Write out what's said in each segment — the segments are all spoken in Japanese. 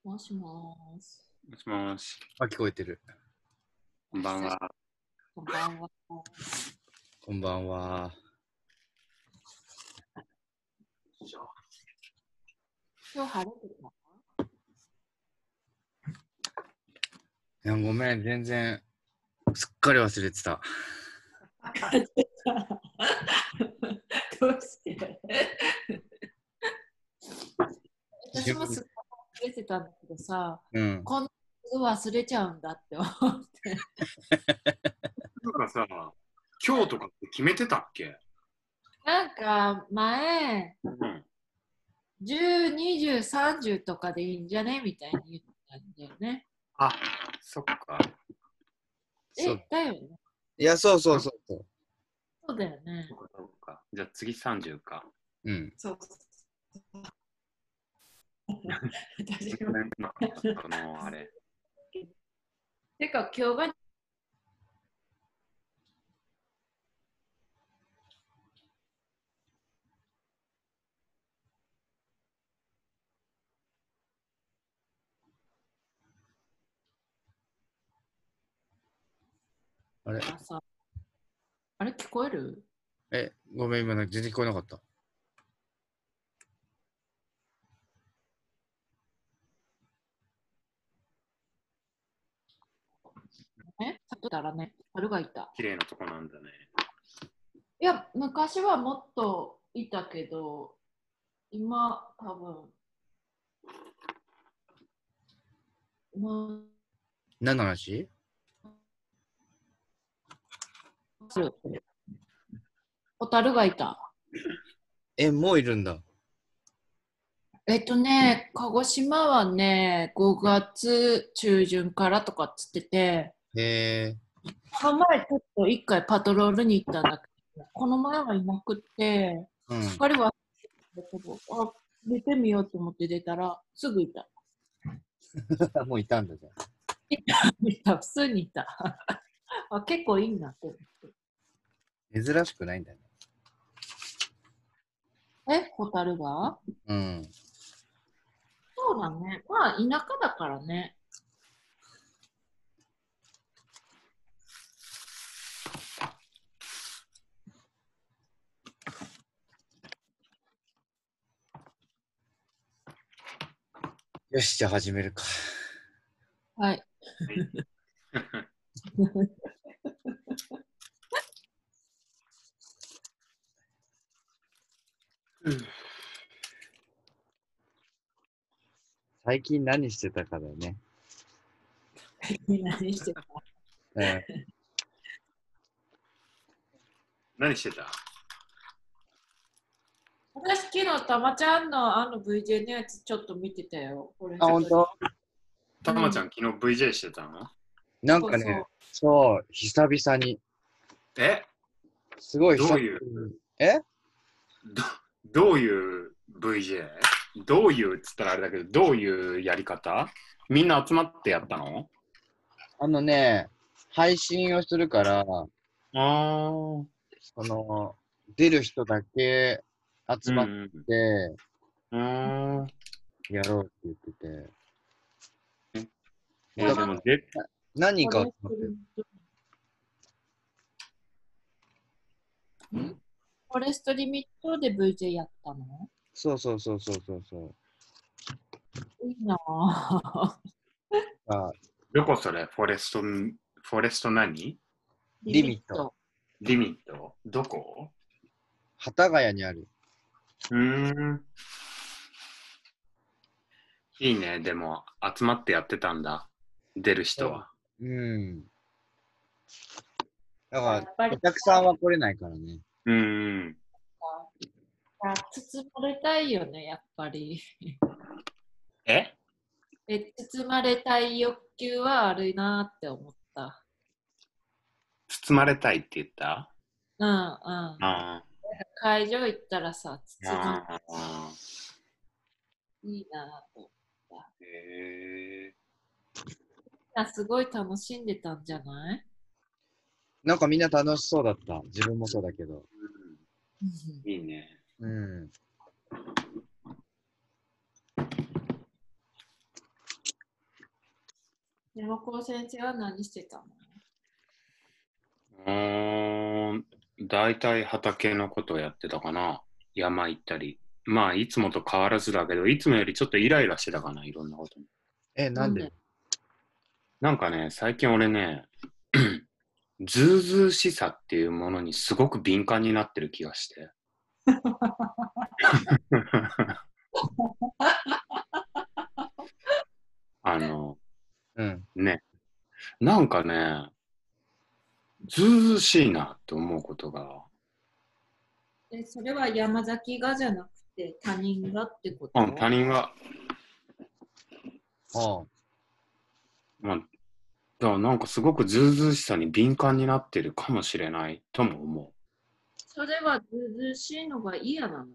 もしもーし。 もしもし。 あ、聞こえてる。 こんばんは。 こんばんは。 こんばんは。 今日晴れてた？ いや、ごめん、全然、すっかり忘れてた。 どうして私もすっかり忘れてたんだけどさ、 うん。 こんなこと忘れちゃうんだって思って。 なんかさ、今日とかって決めてたっけ？ なんか前、 うん。 10、20、30とかでいいんじゃねみたいに言ったんだよね。 あ、そっか。 そう。 だよね。 いや、そうそうそうそう。 そうだよね。 そっか。じゃあ次30か。 うん。 そう。私も。 このあれ。 てか今日があれ朝。あれ聞こえる？ ごめん、今、全然聞こえなかった。 さっきからね、猿がいた。 綺麗なとこなんだね。 いや、昔はもっといたけど、今、多分、 何の話？ ホタルがいた。 もういるんだ。 鹿児島はね、5月中旬からとかっつってて、 へえ。 この前ちょっと1回パトロールに行ったんだけど、この前はいなくって、 うん。 彼は出てみようと思って出たら、すぐいた。 もういたんだじゃん。 いた、普通にいた。あ、結構いいなって思って。 珍しくないんだね。 ホタルが？ うん。 そうだね。まあ、田舎だからね。 よし、じゃあ始めるか。 はい。 最近何してたかだよね。 何してた？ 何してた？ 私、昨日、たまちゃんのVJ のやつちょっと見てたよ。 あ、本当？ たまちゃん、昨日 VJ してたの？ なんかね、そう、久々に。すごい久々に。 どういう VJ？ どういうっつったらあれだけど、どういうやり方？みんな集まってやったの？ 配信をするから、出る人だけ集まってやろうって言ってて。 でも何人か集まってる。 フォレストリミットで VJ やったの？ そう。 いいなぁ。 どこそれ？フォレスト何？ リミット。 リミット？どこ？ 幡ヶ谷にある。 いいね。でも、集まってやってたんだ。出る人は。 だから、お客さんは来れないからね。 包まれたいよね、やっぱり。包まれたい欲求はあるなって思った。 包まれたいって言った？ 会場行ったらさ、包まれたい。いいなと思った。すごい楽しんでたんじゃない？ なんかみんな楽しそうだった。自分もそうだけど。 いいね。 山子先生は何してたの？ 大体畑のことをやってたかな。山行ったり。まあ、いつもと変わらずだけど、いつもよりちょっとイライラしてたかな、いろんなことに。 なんで？ なんかね、最近俺ね、ずうずうしさっていうものにすごく敏感になってる気がして。ね、なんかね、ずうずうしいなって思うことが。 それは山崎がじゃなくて他人がってこと？ 他人が。まあ、だからなんかすごくずうずうしさに敏感になってるかもしれないとも思う。 それはずうずうしいのが嫌なの？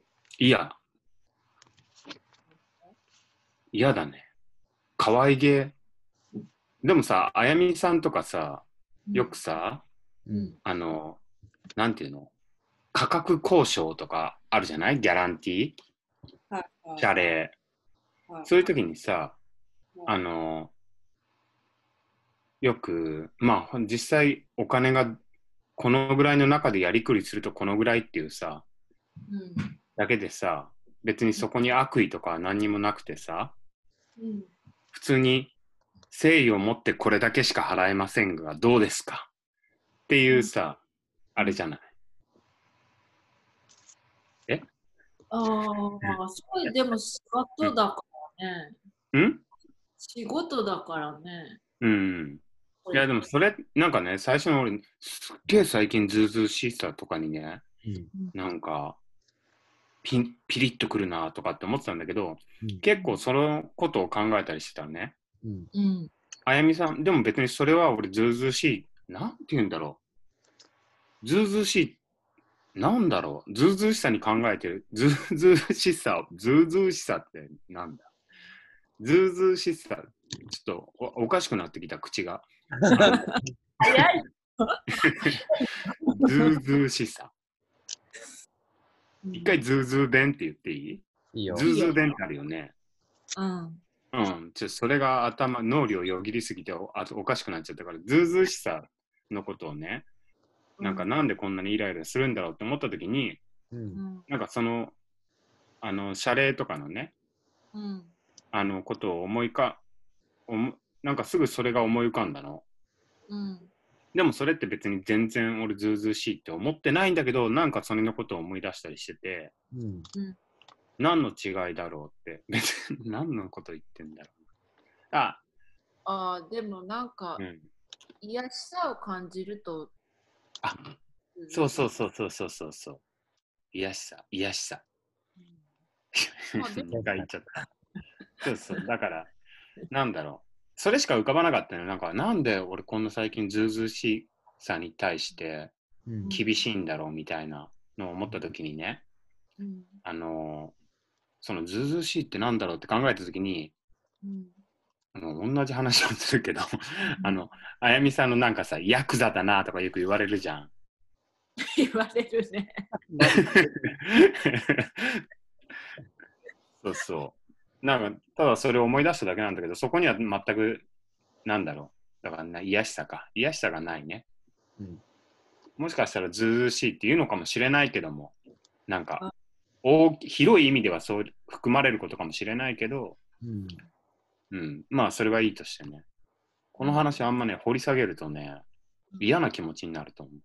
嫌だね。可愛げ。でもさ、あやみさんとかさ、よくさ、なんていうの、価格交渉とかあるじゃない？ギャランティー、謝礼。そういう時にさ、よく、まあ実際お金がこのぐらいの中でやりくりするとこのぐらいっていうさ、だけでさ、別にそこに悪意とかは何にもなくてさ、普通に誠意を持ってこれだけしか払えませんがどうですかっていうさ、あれじゃない。 それでも仕事だからね。仕事だからね。 いやでもそれ、なんかね、最初の俺、すっげえ最近ズーズーしさとかにね、なんかピリッとくるなとかって思ってたんだけど、結構そのことを考えたりしてたね。あやみさん、でも別にそれは俺ズーズーしい、なんて言うんだろう。ズーズーしい、なんだろう。ズーズーしさに考えてる。ズーズーしさってなんだ。ズーズーしさ、ちょっとおかしくなってきた口が。 早い。 ズーズーしさ。一回ズーズー弁って言っていい？ いいよ。 ズーズー弁ってあるよね。 うん。 それが脳裏をよぎりすぎておかしくなっちゃったから、ズーズーしさのことをね、なんでこんなにイライラするんだろうって思った時に、なんかその、謝礼とかのね、ことをなんかすぐそれが思い浮かんだの。でもそれって別に全然俺ズうずうしいって思ってないんだけど、なんかそれのことを思い出したりしてて、何の違いだろうって、別に何のこと言ってんだろう。でもなんか、癒しさを感じると。 そう。癒しさ。2回言っちゃった。そう。だから、なんだろう。それしか浮かばなかったの。なんで俺こんな最近ズうずうしさに対して厳しいんだろうみたいなのを思った時にね、そのズうずうしいってなんだろうって考えた時に、同じ話をするけど、あやみさんのなんかさ、ヤクザだなとかよく言われるじゃん。 言われるね。 そう。なんか、ただそれを思い出しただけなんだけど、そこには全く、なんだろう。だから癒しさがないね。もしかしたらずうずうしいっていうのかもしれないけども、なんか、広い意味ではそう含まれることかもしれないけど、まあそれはいいとしてね。この話あんまね、掘り下げるとね、嫌な気持ちになると思う。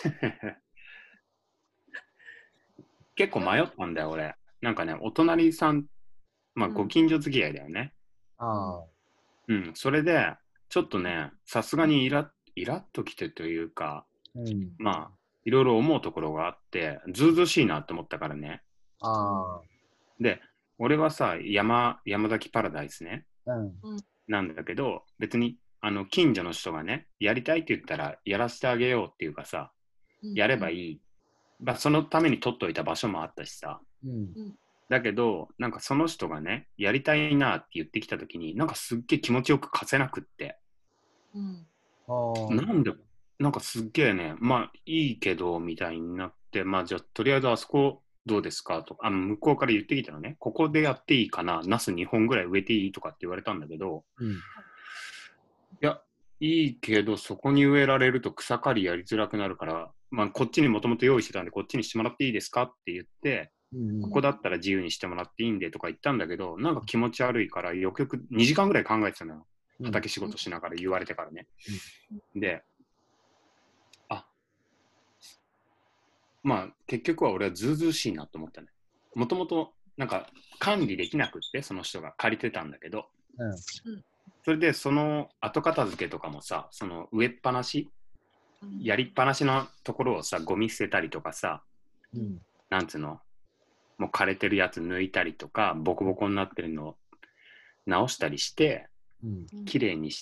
結構迷ったんだよ、俺。なんかね、お隣さん、まあご近所付き合いだよね。それで、ちょっとね、さすがにイラッときてというか、まあ、いろいろ思うところがあって、ずうずうしいなって思ったからね。で、俺はさ、山崎パラダイスね。なんだけど、別に、近所の人がね、やりたいって言ったら、やらせてあげようっていうかさ、やればいい。そのために取っといた場所もあったしさ。だけど、なんかその人がね、やりたいなって言ってきたときに、なんかすっげえ気持ちよく貸せなくって。なんで、なんかすっげえね、まあいいけど、みたいになって、まあじゃあとりあえずあそこどうですかとか、向こうから言ってきたのね、ここでやっていいかな、ナス2本ぐらい植えていいとかって言われたんだけど、 や、いいけど、そこに植えられると草刈りやりづらくなるから、まあ、こっちにもともと用意してたんで、こっちにしてもらっていいですかって言って、ここだったら自由にしてもらっていいんでとか言ったんだけど、なんか気持ち悪いから、よくよく2時間ぐらい考えてたのよ。畑仕事しながら言われてからね。で、まあ、結局は俺はずうずうしいなと思ったね。もともと、なんか管理できなくって、その人が借りてたんだけど、それでその後片付けとかもさ、その植えっぱなし、やりっぱなしのところをさ、ゴミ捨てたりとかさ、なんつうの、もう枯れてるやつ抜いたりとか、ボコボコになってるのを直したりして、きれいにして、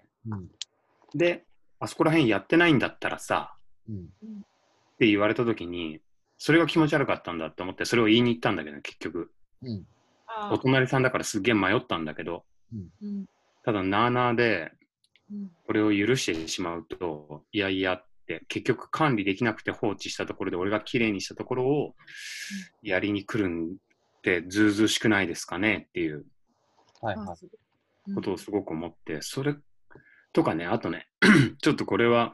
で、あそこら辺やってないんだったらさ、って言われたときに、それが気持ち悪かったんだって思って、それを言いに行ったんだけど、ね、結局。お隣さんだからすっげえ迷ったんだけど、ただなあなあで、これを許してしまうと、いやいやって、結局管理できなくて放置したところで、俺がきれいにしたところをやりに来るんってずうずうしくないですかねっていうことをすごく思って、それとかね、あとね、ちょっとこれは、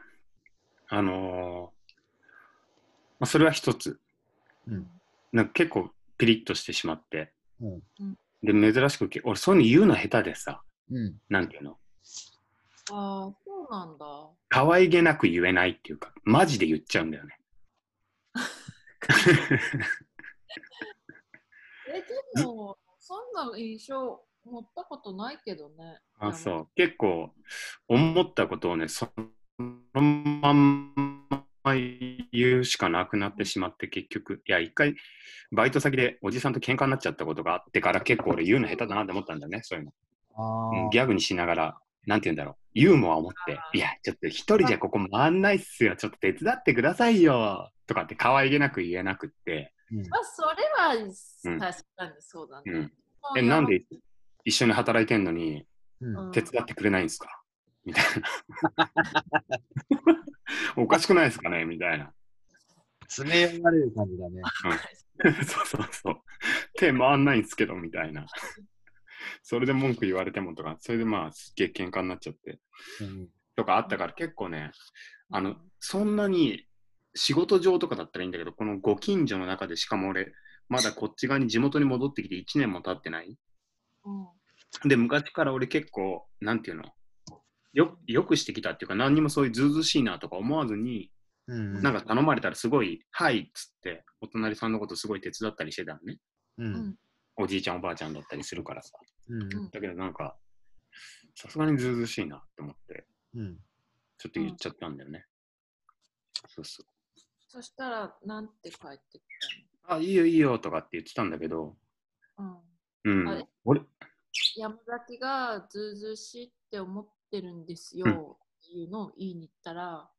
まあ、それは一つ、なんか結構ピリッとしてしまって、で、珍しく、俺そういうの言うの下手でさ、なんていうの？ ああ、そうなんだ。 可愛げなく言えないっていうか、マジで言っちゃうんだよね。 でも、そんな印象持ったことないけどね。 あ、そう。結構、思ったことをね、そのまんま言うしかなくなってしまって、結局、いや、一回、バイト先でおじさんと喧嘩になっちゃったことがあってから、結構俺言うの下手だなって思ったんだよね、そういうの。ギャグにしながら、なんて言うんだろう、ユーモアを持って、いや、ちょっと一人じゃここ回んないっすよ、ちょっと手伝ってくださいよ、とかって可愛げなく言えなくって。 まあ、それは確かにそうだね。 なんで一緒に働いてんのに、手伝ってくれないんですかみたいな。おかしくないですかねみたいな。 詰め寄られる感じだね。 そうそうそう。手回んないんですけど、みたいな。それで文句言われてもとか、それでまあ、すっげえ喧嘩になっちゃって。とかあったから結構ね、そんなに仕事上とかだったらいいんだけど、このご近所の中でしかも俺、まだこっち側に地元に戻ってきて1年も経ってない。で、昔から俺結構、なんていうの、よくしてきたっていうか、何にもそういうずうずうしいなとか思わずに、なんか頼まれたらすごい、はいっつって、お隣さんのことすごい手伝ったりしてたのね。おじいちゃんおばあちゃんだったりするからさ。だけどなんか、さすがにずうずうしいなって思って、ちょっと言っちゃったんだよね。そうそう。 そしたら、なんて帰ってきたの？あ、いいよいいよとかって言ってたんだけど、 俺山崎がずうずうしいって思ってるんですよっていうのを言いに行ったら、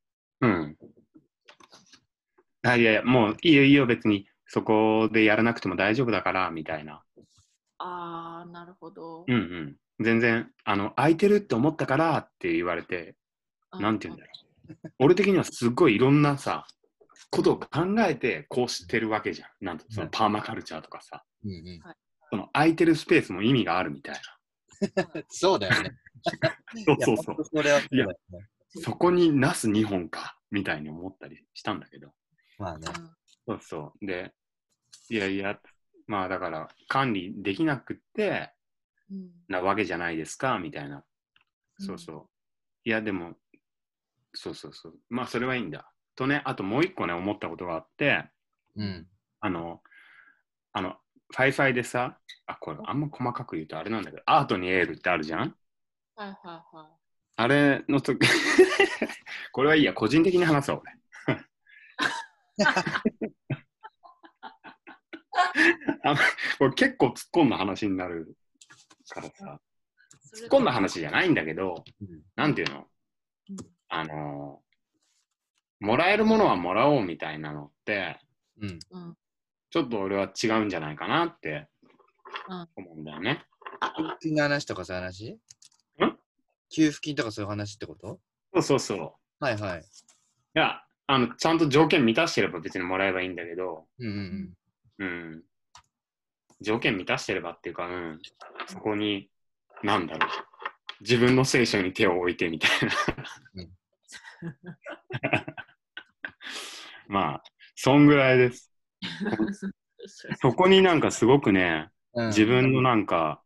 あ、いやいや、もういいよいいよ、別にそこでやらなくても大丈夫だからみたいな。 ああ、なるほど。 全然空いてるって思ったからって言われて、なんて言うんだろう。俺的にはすっごいいろんなさ、ことを考えてこうしてるわけじゃん。なんとそのパーマカルチャーとかさ。その空いてるスペースも意味があるみたいな。 そうだよね。 そうそうそう。いや、そこにナス2本かみたいに思ったりしたんだけど。 まあね。 そうそう。で、いやいや、まあだから管理できなくってなわけじゃないですかみたいな。そうそう。いやでも、そうそうそう。まあそれはいいんだ。とね、あともう一個ね、思ったことがあって、ファイファイでさ、これあんま細かく言うとあれなんだけど、アートにエールってあるじゃん？あれのとき、これはいいや、個人的に話そう、俺。これ結構突っ込んだ話になるからさ、突っ込んだ話じゃないんだけど、なんていうの？もらえるものはもらおうみたいなのって、ちょっと俺は違うんじゃないかなって思うんだよね。 給付金の話とかそういう話？給付金とかそういう話ってこと？ そうそう。 はいはい。 いや、ちゃんと条件満たしてれば別にもらえばいいんだけど、条件満たしてればっていうか、そこに、なんだろう。 自分の聖書に手を置いてみたいな。まあ、そんぐらいです。そこになんかすごくね、自分のなんか、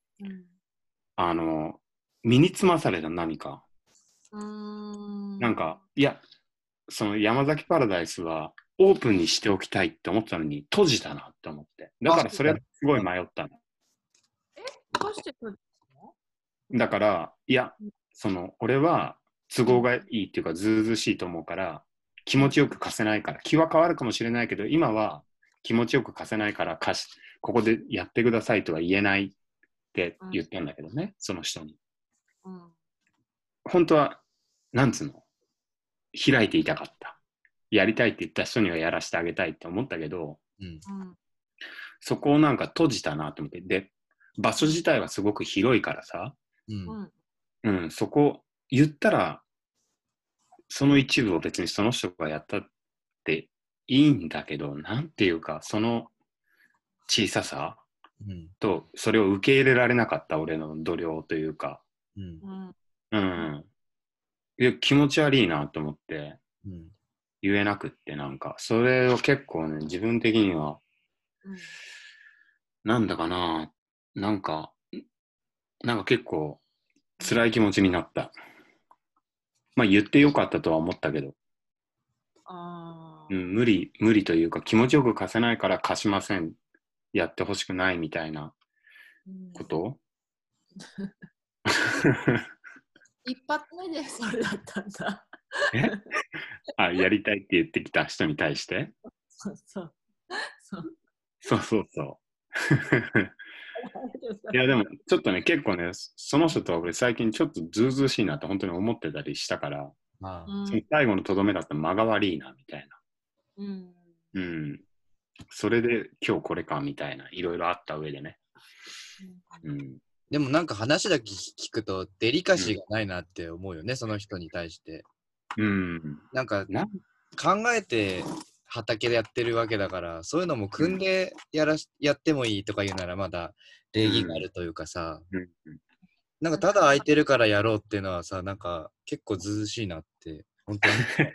身につまされた何か。なんか、いや、その山崎パラダイスはオープンにしておきたいって思ったのに閉じたなって思って。だからそれすごい迷ったの。 どうして閉じたの？ だから、いや、俺は都合がいいっていうか、ずうずうしいと思うから、気持ちよく貸せないから、気は変わるかもしれないけど、今は気持ちよく貸せないからここでやってくださいとは言えないって言ったんだけどね、その人に。本当は、なんつうの、開いていたかった。やりたいって言った人にはやらせてあげたいって思ったけど、そこをなんか閉じたなと思って。で、場所自体はすごく広いからさ、そこ言ったら、その一部を別にその人がやったっていいんだけど、なんていうか、その小ささと、それを受け入れられなかった俺の度量というか、いや気持ち悪いなと思って、言えなくって、なんか、それを結構ね、自分的には、なんだかな、なんか結構辛い気持ちになった。まあ言ってよかったとは思ったけど、無理というか気持ちよく貸せないから貸しません、やってほしくないみたいなこと、 一発目でそれだったんだ。 やりたいって言ってきた人に対して。そういやでもちょっとね、結構ね、その人とは俺最近ちょっとずうずうしいなって本当に思ってたりしたから、その最後のとどめだったら間が悪いなみたいな。それで今日これかみたいな、いろいろあった上でね。 でもなんか話だけ聞くとデリカシーがないなって思うよね、その人に対して。なんか考えて畑でやってるわけだから、そういうのも組んでやってもいいとか言うならまだ礼儀があるというかさ、なんかただ空いてるからやろうっていうのはさ、なんか結構ずうずしいなって、本当に。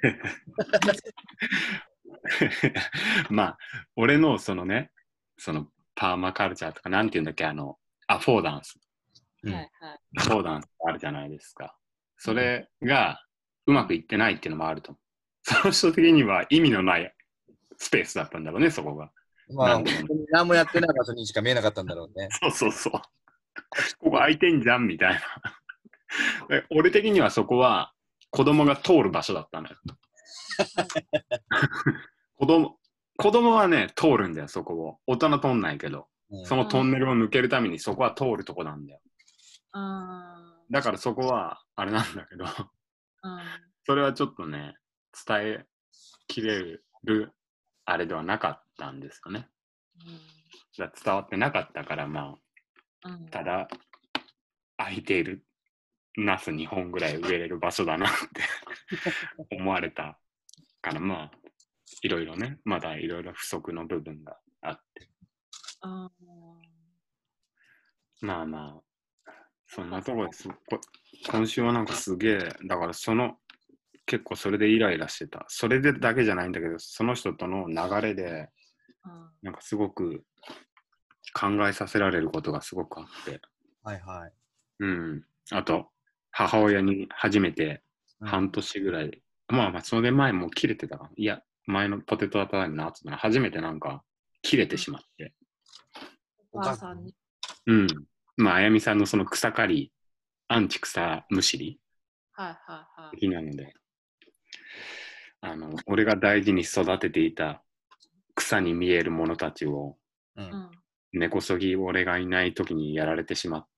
まあ、俺のそのね、そのパーマカルチャーとか、なんていうんだっけ、アフォーダンス。アフォーダンスあるじゃないですか。それがうまくいってないっていうのもあると思う。その人的には意味のないスペースだったんだろうね、そこが。 まあ、何もやってない場所にしか見えなかったんだろうね。 そう。ここ空いてんじゃんみたいな。俺的にはそこは子供が通る場所だったのよ。子供はね、通るんだよ、そこを。大人通んないけど、そのトンネルを抜けるためにそこは通るとこなんだよ。だからそこはあれなんだけど、それはちょっとね、伝えきれるあれではなかったんですよね。伝わってなかったから、まあ、ただ空いているナス2本ぐらい植えれる場所だなって思われたから、まあいろいろね、まだいろいろ不足の部分があって、まあそんなところです。今週はなんかすげえ、だから結構それでイライラしてた。それでだけじゃないんだけど、その人との流れでなんかすごく考えさせられることがすごくあって、あと母親に初めて半年ぐらい、まあそれ前もう切れてたかな。いや、前のポテトアタイムの後だ初めてなんか切れてしまって。 お母さんに。 まああやみさんのその草刈り、アンチ草むしり的なので、俺が大事に育てていた草に見えるものたちを、根こそぎ俺がいない時にやられてしまって。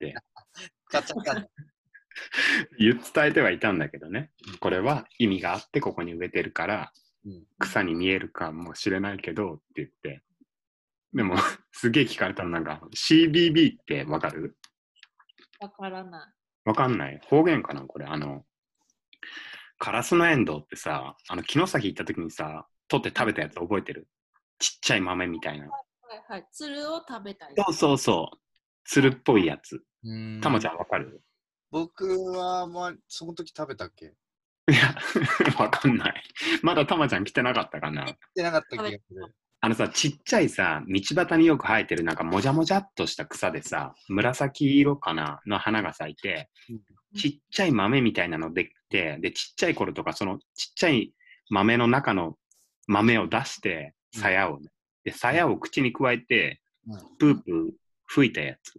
伝えてはいたんだけどね、これは意味があってここに植えてるから草に見えるかもしれないけどって言って、でもすげえ聞かれたのなんか CBB ってわかる？ わからない。 わかんない？方言かなこれ。カラスノエンドウってさ、城崎行った時にさ、取って食べたやつ覚えてる？ちっちゃい豆みたいな。 つるを食べたり。 そう。つるっぽいやつ。たまちゃんわかる？ 僕は、その時食べたっけ？ いや、わかんない。まだたまちゃん来てなかったかな。 来てなかった気がする。 ちっちゃいさ、道端によく生えてるなんかもじゃもじゃっとした草でさ、紫色かなの花が咲いて、ちっちゃい豆みたいなのできて、で、ちっちゃい頃とか、そのちっちゃい豆の中の豆を出して、鞘をね。で、鞘を口に加えて、プープー吹いたやつ。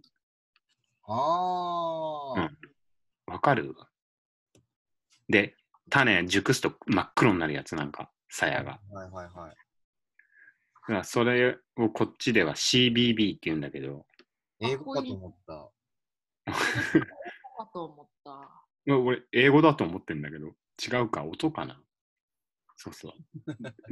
わかる？で、種熟すと真っ黒になるやつなんか、鞘が。 はいはいはい。 だからそれをこっちでは CBB って言うんだけど。 英語かと思った。 英語かと思った。 俺、英語だと思ってんだけど、違うか、音かな。そうそう。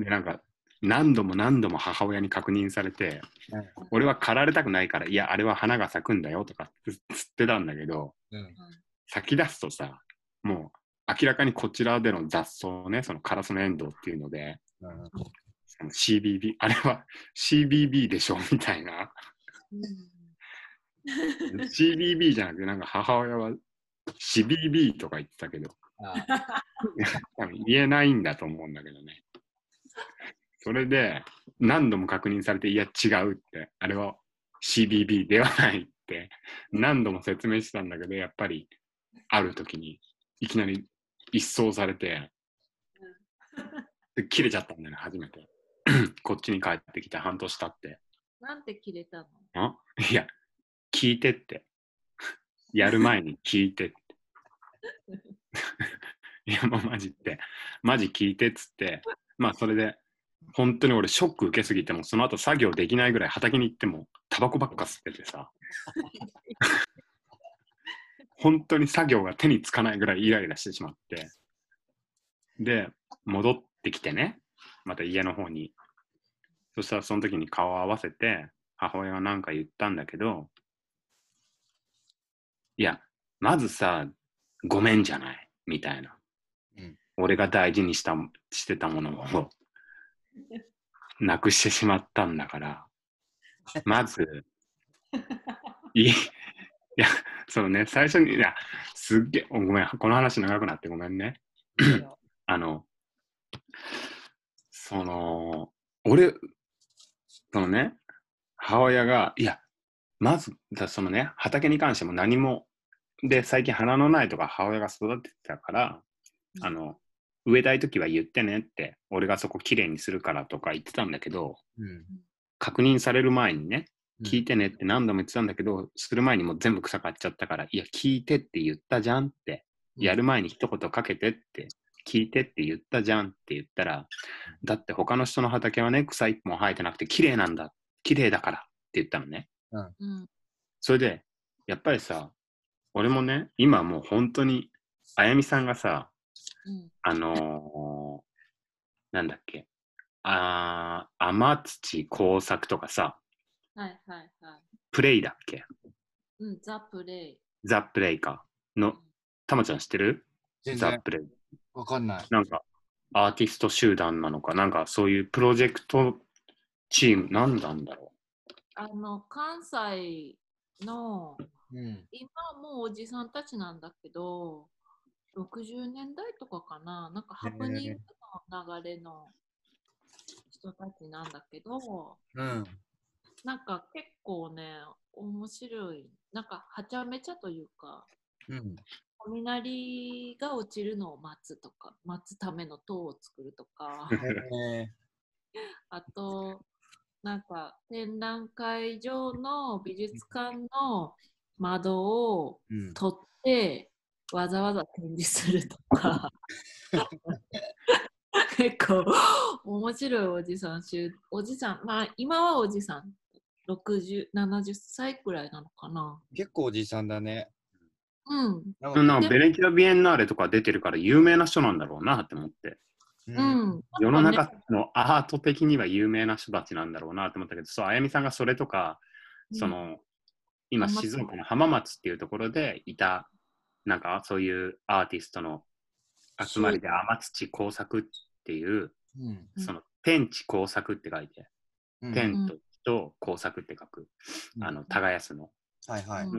で、なんか、何度も何度も母親に確認されて、俺は狩られたくないから、いや、あれは花が咲くんだよとかつってたんだけど、咲き出すとさ、もう明らかにこちらでの雑草ね、そのカラスのエンドウっていうので、CBB、あれは CBB でしょみたいな。CBB じゃなくて、なんか母親は CBB とか言ってたけど、多分言えないんだと思うんだけどね。それで何度も確認されて、いや違うって、あれは CBB ではないって何度も説明してたんだけど、やっぱりある時にいきなり一掃されて、で切れちゃったんだよね、初めて。こっちに帰ってきて半年経って。 なんて切れたの？いや、聞いてって。やる前に聞いてって。いや、もうマジ聞いてっつって、まあそれで、本当に俺ショック受けすぎても、その後作業できないぐらい畑に行っても、タバコばっか吸っててさ、本当に作業が手につかないぐらいイライラしてしまって、で、戻ってきてね、また家の方に。そしたらその時に顔を合わせて、母親が何か言ったんだけど、いや、まずさ、ごめんじゃない、みたいな。俺が大事にしてたものをなくしてしまったんだから、まず、いや、そのね、最初に、いや、すっげえ、ごめん、この話長くなってごめんね。俺、そのね、母親が、いや、まず、そのね、畑に関しても何も、で、最近花の苗とか母親が育ててたから、植えたいときは言ってねって、俺がそこきれいにするからとか言ってたんだけど、確認される前にね、聞いてねって何度も言ってたんだけど、する前にもう全部草刈っちゃったから、いや、聞いてって言ったじゃんって、やる前に一言かけてって、聞いてって言ったじゃんって言ったら、だって他の人の畑はね、草一本生えてなくて綺麗なんだ、綺麗だからって言ったのね。それで、やっぱりさ、俺もね、今もう本当に、あやみさんがさ、なんだっけ、雨土工作とかさ、プレイだっけ？ ザ・プレイ。 ザ・プレイか。の、たまちゃん知ってる？ザ・プレイ。 わかんない。 なんか、アーティスト集団なのか、なんかそういうプロジェクトチーム、なんなんだろう。関西の、今もうおじさんたちなんだけど、60年代とかかな、なんかハプニングの流れの人たちなんだけど、なんか結構ね、面白い、なんかはちゃめちゃというか、雷が落ちるのを待つとか、待つための塔を作るとか、あと、なんか展覧会場の美術館の窓を取って、わざわざ展示するとか結構面白いおじさん、まあ今はおじさん60、70歳くらいなのかな。 結構おじさんだね。 なんかベネチア・ビエンナーレとか出てるから有名な人なんだろうなって思って。世の中のアート的には有名な人たちなんだろうなって思ったけど、そう、あやみさんがそれとか、今静岡の浜松っていうところでいた、なんかそういうアーティストの集まりで雨土工作っていう、その天地工作って書いて、天と地と工作って書く、耕すの。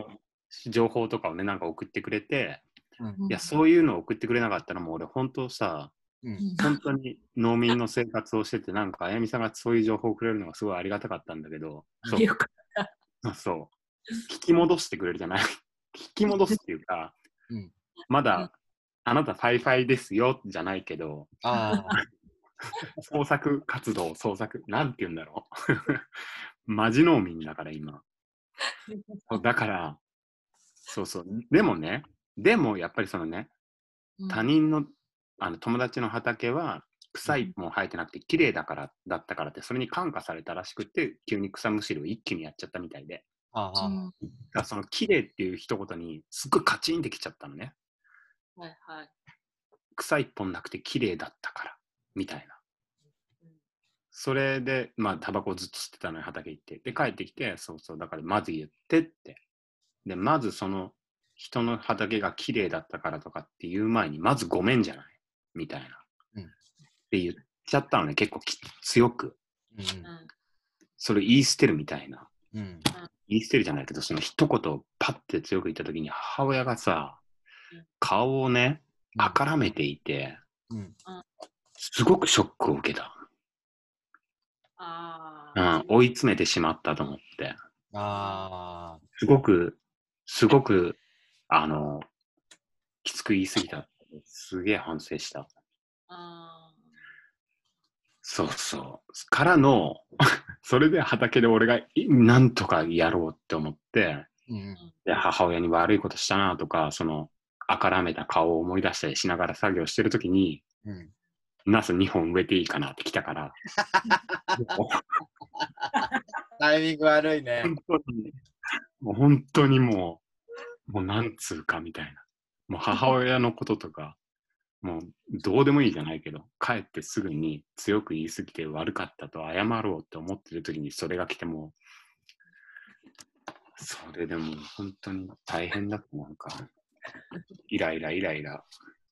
情報とかをね、なんか送ってくれて、 うん、 いや、そういうのを送ってくれなかったらもう俺本当さ、本当に農民の生活をしてて、なんかあやみさんがそういう情報をくれるのがすごいありがたかったんだけど、そう、引き戻してくれるじゃない引き戻すっていうか、まだあなたファイファイですよじゃないけど、創作活動、なんて言うんだろう。マジ農民だから今。だから、そうそう。でもやっぱりそのね、他人の、友達の畑は草一本生えてなくて綺麗だったからって、それに感化されたらしくて、急に草むしりを一気にやっちゃったみたいで。だからその綺麗っていう一言にすっごいカチンってきちゃったのね。 はいはい。 草一本なくて綺麗だったから、みたいな。それで、まあ、タバコをずっと吸ってたのに畑行って。で、帰ってきて、だからまず言ってって。で、まずその人の畑が綺麗だったからとかっていう前に、まずごめんじゃないみたいな。って言っちゃったのね、結構強く。それ言い捨てるみたいな。言い捨てるじゃないけど、その一言をパッて強く言ったときに、母親がさ、顔をね、あからめていて、すごくショックを受けた。追い詰めてしまったと思って。すごく、きつく言い過ぎた。すげえ反省した。そうそう。からの、それで畑で俺がなんとかやろうって思って、で母親に悪いことしたなとか、その、あからめた顔を思い出したりしながら作業してるときに、ナス2本植えていいかなって来たから。 タイミング悪いね。 本当にもうなんつうかみたいな。もう母親のこととか、もうどうでもいいじゃないけど、帰ってすぐに強く言い過ぎて悪かったと謝ろうって思ってる時にそれが来ても、それでも本当に大変だった。なんか、イライラ。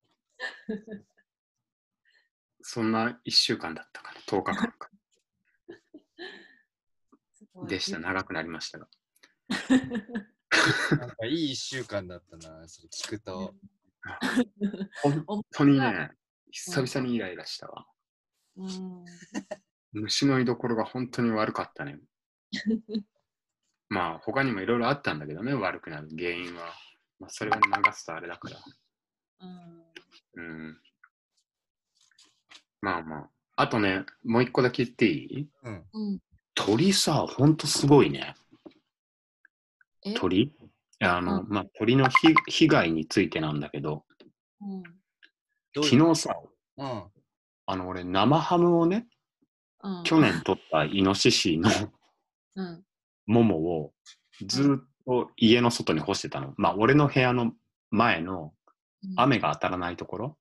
そんな1週間だったかな、10日間か。でした。長くなりましたが。 なんかいい1週間だったな、それ聞くと。 本当にね、久々にイライラしたわ。虫の居所が本当に悪かったね。まあ他にもいろいろあったんだけどね、悪くなる原因は。まあ、それを流すとあれだから。まあまあ。あとね、もう一個だけ言っていい？鳥さ、ほんとすごいね。鳥？まあ、鳥の被害についてなんだけど、昨日さ、俺、生ハムをね、去年取ったイノシシのももをずっと家の外に干してたの。まあ、俺の部屋の前の雨が当たらないところ、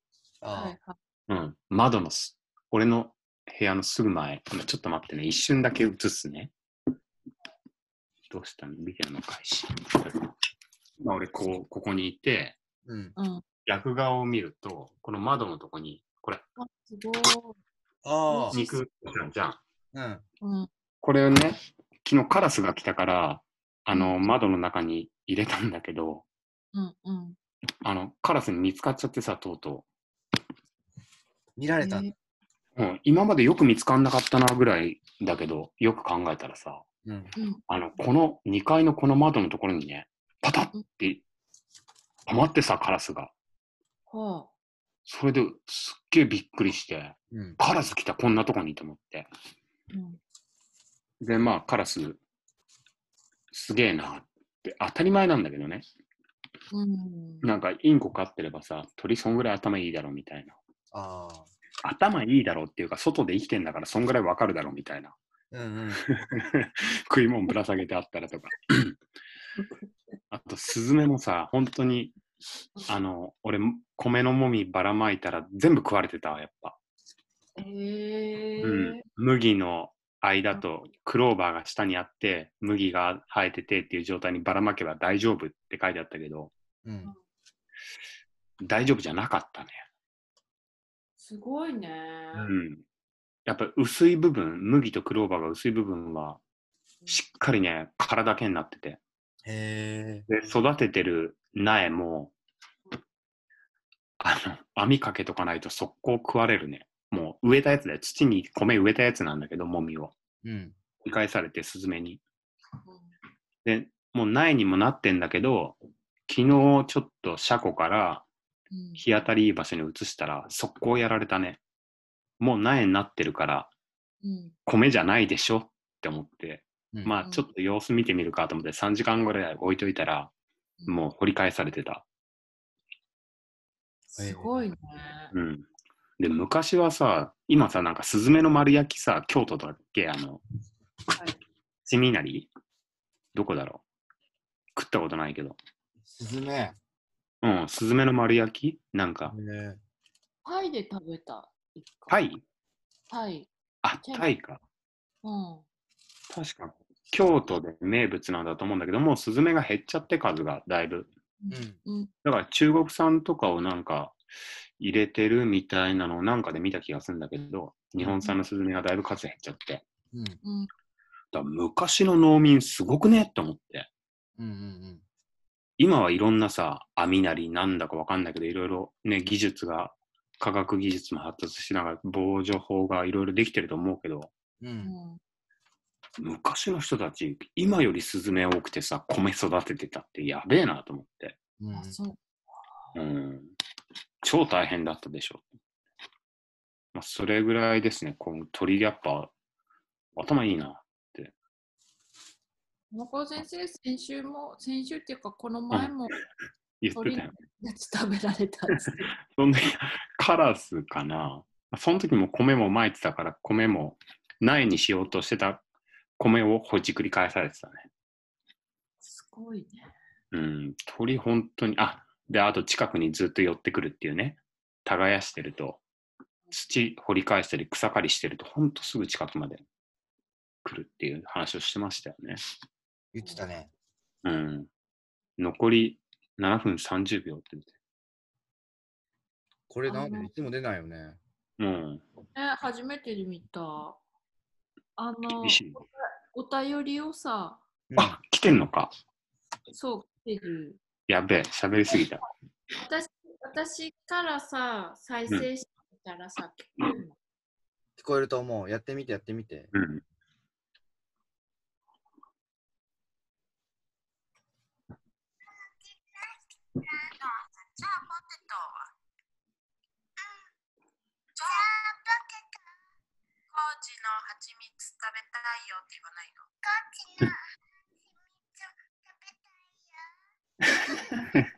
俺の部屋のすぐ前、ちょっと待ってね、一瞬だけ映すね。どうしたの？ビデオの開始。まあ、俺ここにいて、逆側を見ると、この窓のとこに、これ、肉じゃん。これをね、昨日カラスが来たから、窓の中に入れたんだけど、カラスに見つかっちゃってさ、とうとう。見られたんだ。 今までよく見つかんなかったなぐらいだけど、よく考えたらさ、この2階のこの窓のところにね、パタッって止まってさ、カラスが。それですっげえびっくりして、カラス来た、こんなとこにと思って。で、まあ、カラス、すげえなって、当たり前なんだけどね。なんか、インコ飼ってればさ、鳥そんぐらい頭いいだろうみたいな。頭いいだろうっていうか、外で生きてんだからそんぐらいわかるだろうみたいな。食い物ぶら下げてあったらとか。あと、スズメもさ、本当に、俺、米のもみばらまいたら全部食われてたわ、やっぱ。麦の間とクローバーが下にあって、麦が生えててっていう状態にばらまけば大丈夫って書いてあったけど、大丈夫じゃなかったね。 すごいね。 やっぱ薄い部分、麦とクローバーが薄い部分は、しっかりね、殻だけになってて。 へで、育ててる苗も、網かけとかないと速攻食われるね。もう植えたやつだよ。土に米植えたやつなんだけど、もみを。 うん。 繰り返されて、スズメに。で、もう苗にもなってんだけど、昨日ちょっと車庫から日当たりいい場所に移したら、速攻やられたね。もう苗になってるから、米じゃないでしょって思って、まあちょっと様子見てみるかと思って3時間ぐらい置いといたら、もう掘り返されてた。 すごいね。 うん。で、昔はさ、今さ、なんかスズメの丸焼きさ、京都だっけセミナリーどこだろう食ったことないけど。 スズメ。 うん、スズメの丸焼きなんか。 タイで食べた。 タイタイ。 あ、タイか。 うん。 確か、京都で名物なんだと思うんだけど、もうスズメが減っちゃって数がだいぶ。だから中国産とかをなんか入れてるみたいなのをなんかで見た気がするんだけど、日本産のスズメがだいぶ数減っちゃって。だ昔の農民すごくねって思って。今はいろんなさ、網なりなんだかわかんないけど、いろいろね、技術が、科学技術も発達しながら、防除法がいろいろできてると思うけど、昔の人たち、今よりスズメ多くてさ、米育ててたってやべえなと思って。超大変だったでしょ。まあ、それぐらいですね、この鳥やっぱ、頭いいなって。 中先生、先週っていうか、この前も、 言ってたよ。 やつ食べられたんですけど。 そんなカラスかな。その時も米もまいてたから、米も苗にしようとしてた米をほじくり返されてたね。 すごいね。 うん、鳥本当に、で、あと近くにずっと寄ってくるっていうね。耕してると、土掘り返したり草刈りしてると、ほんとすぐ近くまで来るっていう話をしてましたよね。 言ってたね。 うん。残り7分30秒って言って。 これなんでいつも出ないよね。 うん。 初めて見た。 厳しい。 お便りをさ。 来てんのか。 そう、来てる。 やべえ、喋りすぎた。 私からさ、再生してみたらさ、 聞こえると思う。やってみて、やってみて。 うん。 じゃあポテトはコーチの蜂蜜食べたいよって言わないの？コーチの蜂蜜食べたいよ。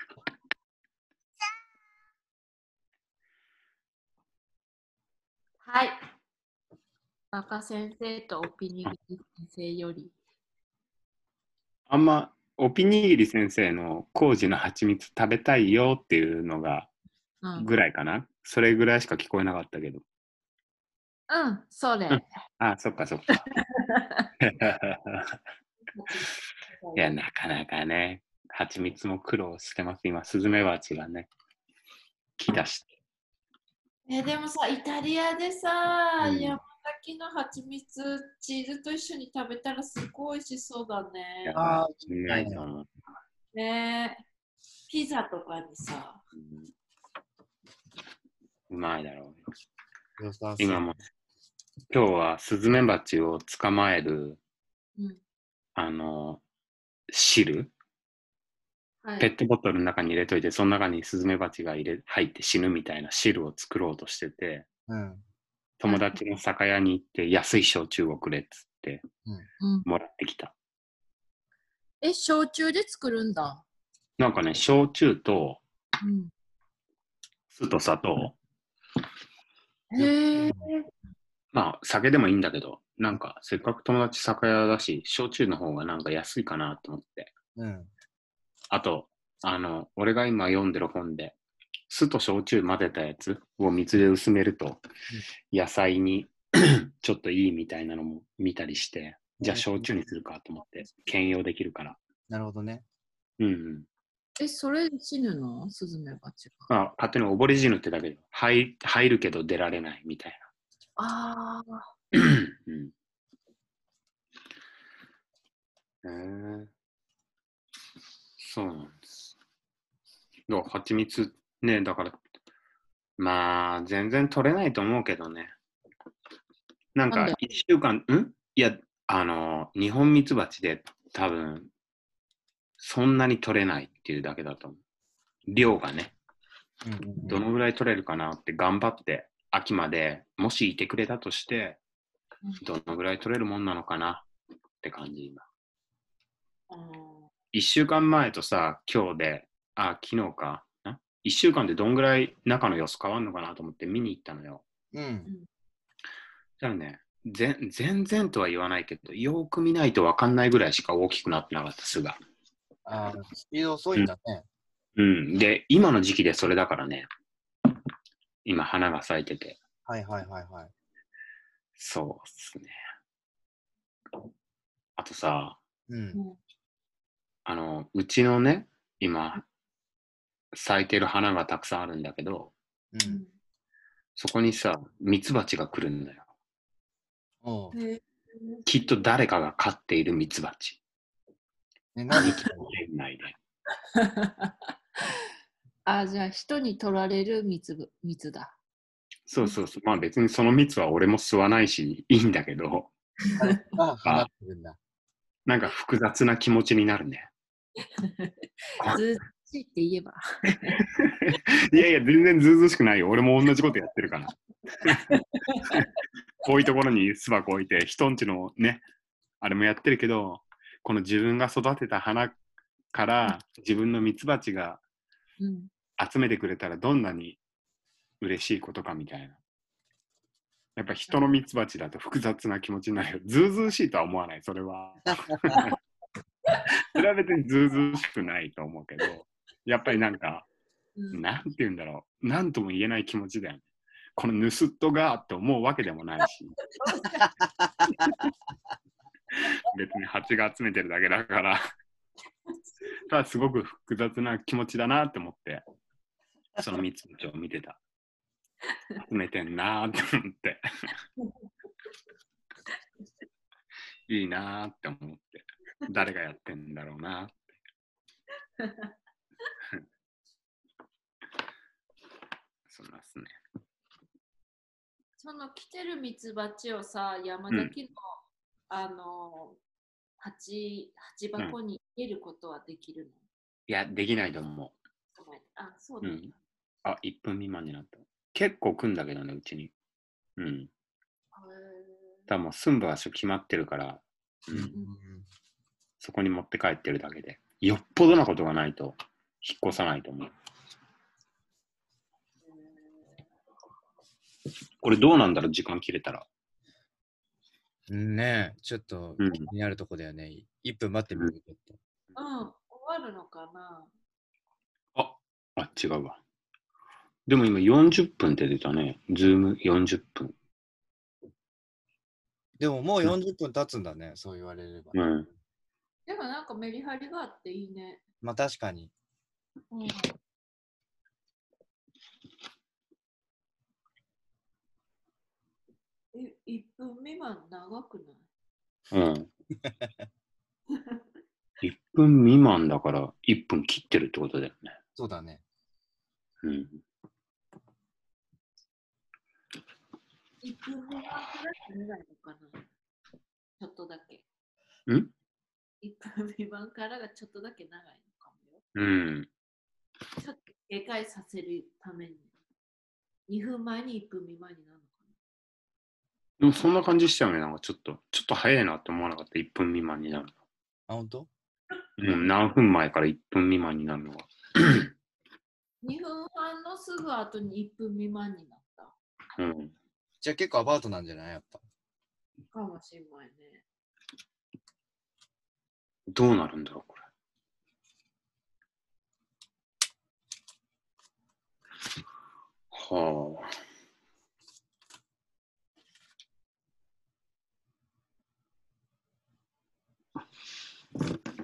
はい。若先生とおピニギリ先生より。 あんまおピニギリ先生の麹の蜂蜜食べたいよっていうのがぐらいかな、それぐらいしか聞こえなかったけど。 それ。 そっかそっか。いや、なかなかね、蜂蜜も苦労してます。今、スズメバチがね、来だして。 でもさ、イタリアでさ、山崎の蜂蜜、チーズと一緒に食べたらすごい美味しそうだね。ね、ピザとかにさ。 うまいだろうよ。今日はスズメバチを捕まえる、汁、ペットボトルの中に入れといて、その中にスズメバチが入って死ぬみたいな汁を作ろうとしてて、友達の酒屋に行って安い焼酎をくれっつってもらってきた。 焼酎で作るんだ。 なんかね、焼酎と酢と砂糖。まあ酒でもいいんだけど、なんかせっかく友達酒屋だし、焼酎の方がなんか安いかなと思って。あと、俺が今読んでる本で、酢と焼酎混ぜたやつを水で薄めると、野菜にちょっといいみたいなのも見たりして、じゃあ焼酎にするかと思って、兼用できるから。 なるほどね。 それ死ぬの？スズメバチが。勝手に溺れ死ぬってだけで、入るけど出られないみたいな。 そうなんです。だから蜂蜜ね、だから、まあ、全然取れないと思うけどね。なんか、一週間、いや、日本蜜蜂で多分、そんなに取れないっていうだけだと思う。量がね、どのぐらい取れるかなって頑張って、秋までもしいてくれたとして、どのぐらい取れるもんなのかなって感じ、今。1週間前とさ、今日で、昨日か。1週間でどんぐらい中の様子変わるのかなと思って見に行ったのよ。 うん。 だからね、全然とは言わないけど、よく見ないと分かんないぐらいしか大きくなってなかった、巣が。 スピード遅いんだね。 うん。で、今の時期でそれだからね。今、花が咲いてて。 はいはいはいはい。 そうっすね。あとさ、うちのね、今、咲いてる花がたくさんあるんだけど、そこにさ、ミツバチが来るんだよ。きっと誰かが飼っているミツバチ。 何園内で。 じゃあ人に取られる蜜だ。 そうそうそう。まあ別にその蜜は俺も吸わないし、いいんだけど、 放ってるんだ。 なんか複雑な気持ちになるね。 ずうずしいって言えば。 いやいや、全然ずうずうしくないよ。俺も同じことやってるから。こういうところに巣箱置いて、人んちのね、あれもやってるけど、この自分が育てた花から自分のミツバチが集めてくれたらどんなに嬉しいことかみたいな。やっぱ人のミツバチだと複雑な気持ちになるよ。ずうずうしいとは思わない、それは。それは別にずうずうしくないと思うけど、やっぱりなんか、なんて言うんだろう。なんとも言えない気持ちだよね。この盗っ人がって思うわけでもないし。別に蜂が集めてるだけだから。ただすごく複雑な気持ちだなって思って、そのミツバチを見てた。集めてんなーって思って。いいなーって思って。誰がやってんだろうなーって。そんなっすね。 その来てるミツバチをさ、山崎の、蜂箱に入れることはできるの？ いや、できないと思う。 そうだ、 1分未満になった。結構来んだけどね、うちに。多分住む場所決まってるから、そこに持って帰ってるだけで。よっぽどなことがないと引っ越さないと思う。これどうなんだろう、時間切れたら。 ねえ、ちょっと気になるとこだよね。1分待ってみると。 終わるのかな？ 違うわ。でも今40分って出たね。ズーム40分。 でももう40分経つんだね、そう言われれば。 でもなんかメリハリがあっていいね。 まあ確かに。 1分未満長くない？1分未満だから1分切ってるってことだよね。 そうだね。 1分未満から長いのかな？ちょっとだけ。 1 分未満からがちょっとだけ長いのかもよ。ちょっと警戒させるために。2分前に1分未満になるのかな？ でもそんな感じしちゃうね。なんかちょっと早いなって思わなかった。1分未満になるの。 本当？ 何分前から1分未満になるのが。 2分半のすぐ後に1分未満になった。 じゃあ結構アバウトなんじゃない？やっぱ。 かもしんないね。 どうなるんだろう、これ。はあ。